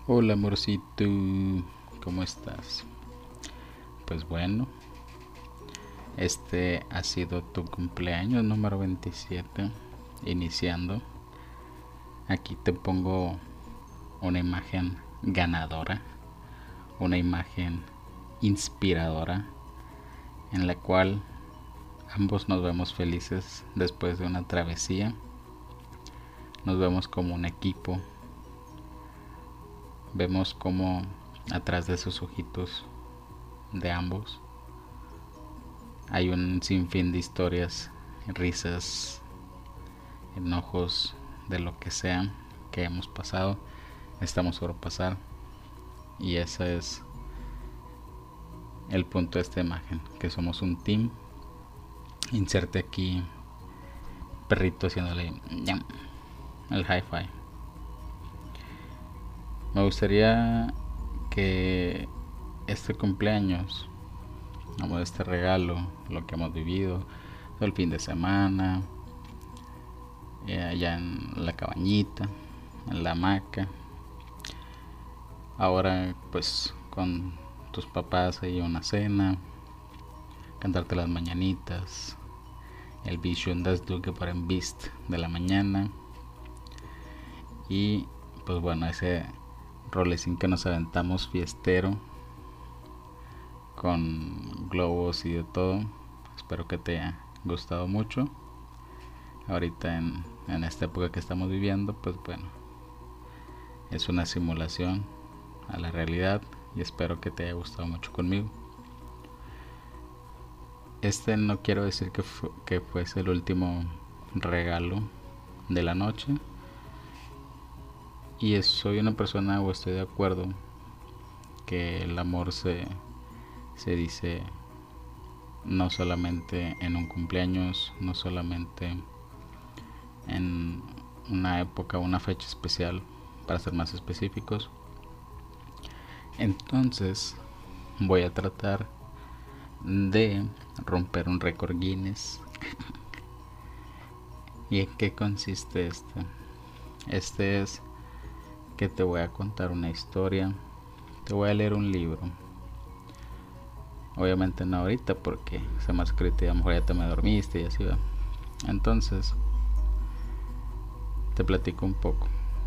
Hola amorcito, ¿cómo estás? Pues bueno, este ha sido tu cumpleaños número 27, iniciando. Aquí te pongo una imagen ganadora, una imagen inspiradora, en la cual ambos nos vemos felices después de una travesía. Nos vemos como un equipo, vemos como atrás de esos ojitos de ambos hay un sinfín de historias, risas, enojos, de lo que sea que hemos pasado, estamos por pasar. Y ese es el punto de esta imagen, que somos un team. Inserte aquí perrito haciéndole el hi-fi. Me gustaría que este cumpleaños, como este regalo, lo que hemos vivido, todo el fin de semana, allá en la cabañita, en la hamaca, ahora pues con tus papás ahí una cena, cantarte las mañanitas, el Vision das Duque para en Beast de la mañana, y pues bueno, ese rolecín que nos aventamos fiestero con globos y de todo. Espero que te haya gustado mucho. Ahorita en esta época que estamos viviendo, pues bueno, es una simulación a la realidad y espero que te haya gustado mucho conmigo. Este no quiero decir que fuese el último regalo de la noche, y soy una persona o estoy de acuerdo que el amor se dice no solamente en un cumpleaños, no solamente en una época, una fecha especial, para ser más específicos. Entonces voy a tratar de romper un récord Guinness. ¿Y en qué consiste este? Este es que te voy a contar una historia, te voy a leer un libro. Obviamente no ahorita porque se me ha escrito y a lo mejor ya te me dormiste y así va. Entonces te platico un poco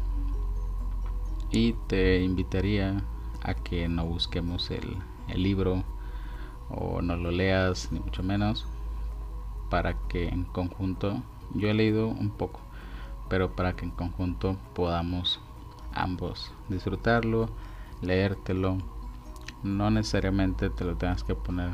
y te invitaría a que no busquemos el libro o no lo leas ni mucho menos, para que en conjunto, yo he leído un poco, pero para que en conjunto podamos ambos disfrutarlo, leértelo. No necesariamente te lo tengas que poner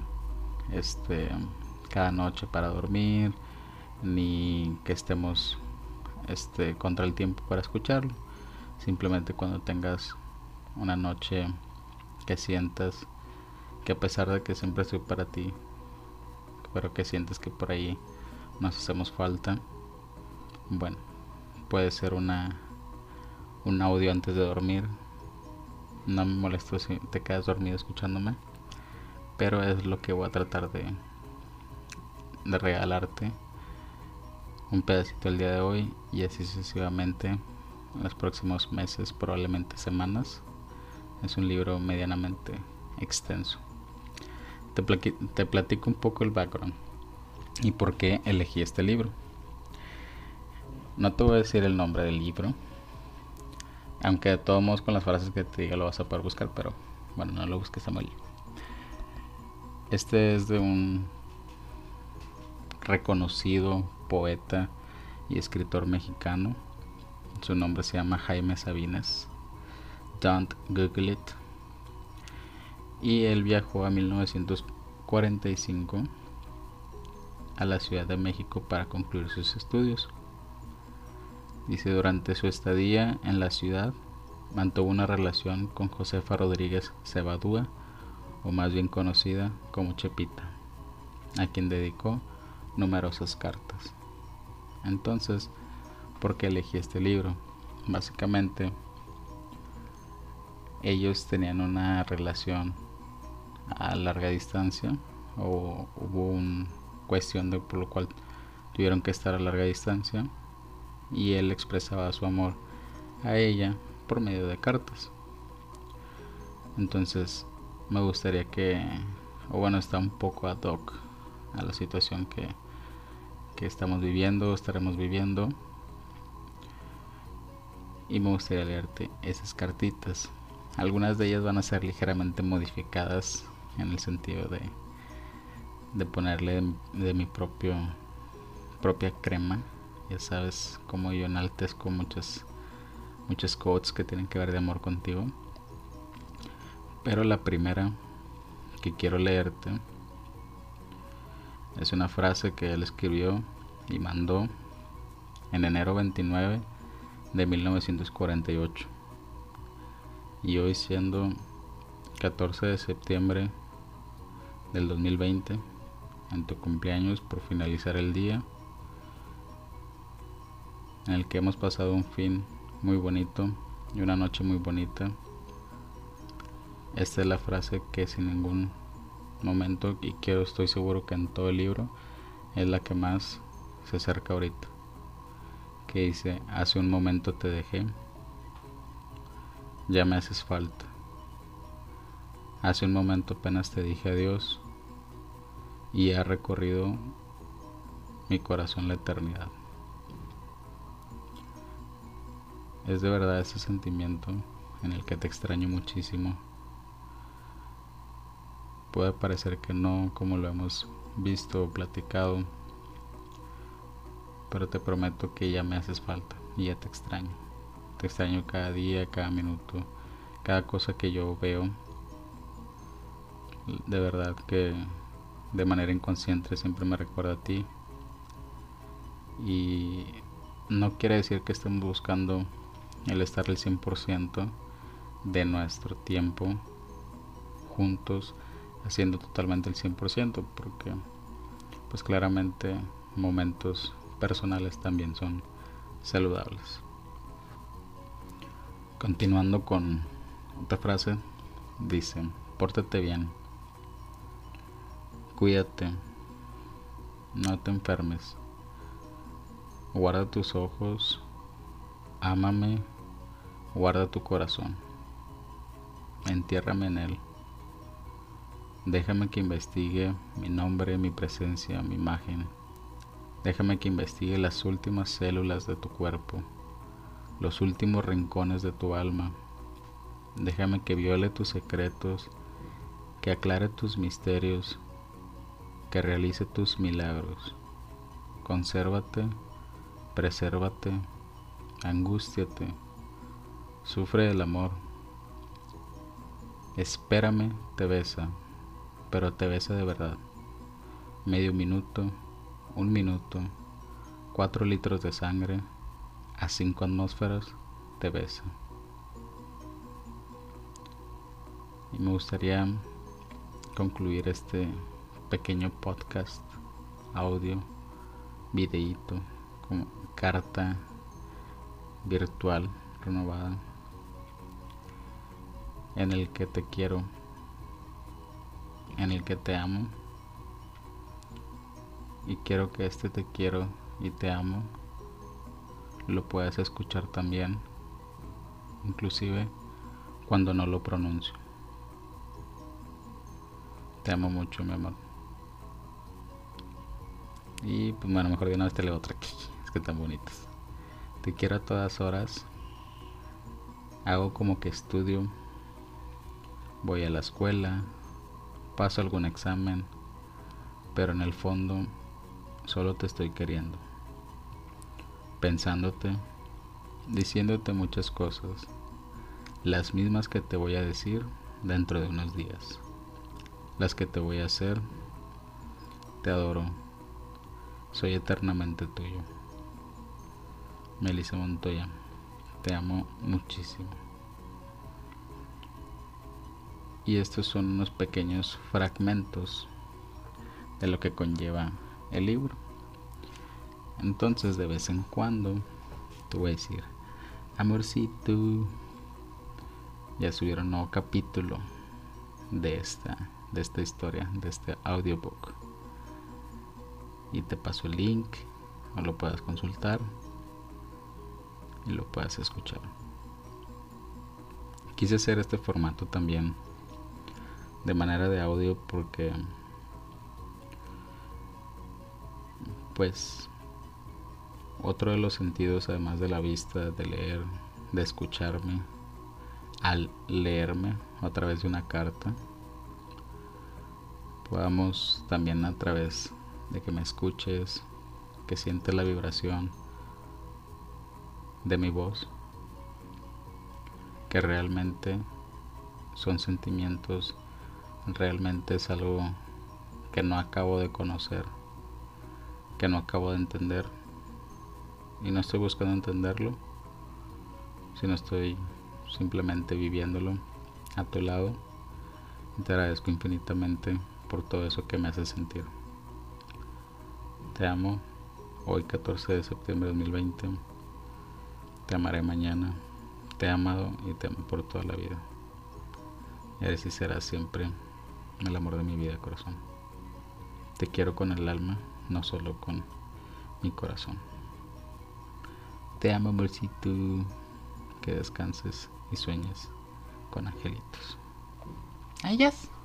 cada noche para dormir, ni que estemos contra el tiempo para escucharlo. Simplemente cuando tengas una noche que sientas que, a pesar de que siempre estoy para ti, pero que sientes que por ahí nos hacemos falta, bueno, puede ser un audio antes de dormir. No me molesto si te quedas dormido escuchándome, pero es lo que voy a tratar de regalarte un pedacito el día de hoy, y así sucesivamente en los próximos meses, probablemente semanas. Es un libro medianamente extenso. Te platico un poco el background y por qué elegí este libro. No te voy a decir el nombre del libro, aunque de todos modos con las frases que te diga lo vas a poder buscar, pero bueno, no lo busques, Samuel. Este es de un reconocido poeta y escritor mexicano. Su nombre se llama Jaime Sabines. Don't Google it. Y él viajó a 1945 a la Ciudad de México para concluir sus estudios. Dice: durante su estadía en la ciudad mantuvo una relación con Josefa Rodríguez Cebadúa, o más bien conocida como Chepita, a quien dedicó numerosas cartas. Entonces, ¿por qué elegí este libro? Básicamente, ellos tenían una relación a larga distancia, o hubo una cuestión por lo cual tuvieron que estar a larga distancia, y él expresaba su amor a ella por medio de cartas. Entonces me gustaría que, o bueno, está un poco ad hoc a la situación que estamos viviendo, estaremos viviendo, y me gustaría leerte esas cartitas. Algunas de ellas van a ser ligeramente modificadas en el sentido de ponerle de mi propia crema. Ya sabes cómo yo enaltezco muchos quotes que tienen que ver de amor contigo. Pero la primera que quiero leerte es una frase que él escribió y mandó en enero 29 de 1948. Y hoy, siendo 14 de septiembre del 2020, en tu cumpleaños, por finalizar el día en el que hemos pasado un fin muy bonito y una noche muy bonita, esta es la frase que sin ningún momento, y estoy seguro que en todo el libro, es la que más se acerca ahorita, que dice: hace un momento te dejé, ya me haces falta. Hace un momento apenas te dije adiós y ha recorrido mi corazón la eternidad. Es de verdad ese sentimiento en el que te extraño muchísimo. Puede parecer que no, como lo hemos visto o platicado, pero te prometo que ya me haces falta y ya te extraño. Te extraño cada día, cada minuto, cada cosa que yo veo. De verdad que de manera inconsciente siempre me recuerda a ti. Y no quiere decir que estemos buscando el estar el 100% de nuestro tiempo juntos, haciendo totalmente el 100%, porque pues claramente momentos personales también son saludables. Continuando con otra frase, dice: pórtate bien, cuídate, no te enfermes, guarda tus ojos, ámame, guarda tu corazón, entiérrame en él. Déjame que investigue mi nombre, mi presencia, mi imagen. Déjame que investigue las últimas células de tu cuerpo, los últimos rincones de tu alma. Déjame que viole tus secretos, que aclare tus misterios, que realice tus milagros. Consérvate, presérvate, angústiate, sufre el amor. Espérame, te besa, pero te besa de verdad. Medio minuto, un minuto, 4 litros de sangre, a 5 atmósferas, te besa. Y me gustaría concluir este pequeño podcast, audio, videíto, como carta virtual renovada, en el que te quiero, en el que te amo, y quiero que este te quiero y te amo lo puedas escuchar también, inclusive cuando no lo pronuncio. Te amo mucho, mi amor. Y pues bueno, mejor de una vez te leo otra aquí, es que tan bonitas. Te quiero a todas horas. Hago como que estudio, voy a la escuela, paso algún examen, pero en el fondo solo te estoy queriendo, pensándote, diciéndote muchas cosas, las mismas que te voy a decir dentro de unos días, las que te voy a hacer. Te adoro, soy eternamente tuyo. Melissa Montoya, te amo muchísimo. Y estos son unos pequeños fragmentos de lo que conlleva el libro. Entonces de vez en cuando te voy a decir: amorcito, ya subieron un nuevo capítulo de esta historia, de este audiobook, y te paso el link, o lo puedas consultar y lo puedas escuchar. Quise hacer este formato también de manera de audio porque pues otro de los sentidos, además de la vista, de leer, de escucharme, al leerme a través de una carta, podamos también a través de que me escuches, que sientes la vibración de mi voz, que realmente son sentimientos, realmente es algo que no acabo de conocer, que no acabo de entender, y no estoy buscando entenderlo, sino estoy simplemente viviéndolo a tu lado. Y te agradezco infinitamente por todo eso que me hace sentir. Te amo hoy 14 de septiembre de 2020. Te amaré mañana. Te he amado y te amo por toda la vida. Y eres y serás siempre el amor de mi vida, corazón. Te quiero con el alma, no solo con mi corazón. Te amo, amorcito. Que descanses y sueñes con angelitos. Ay, yes.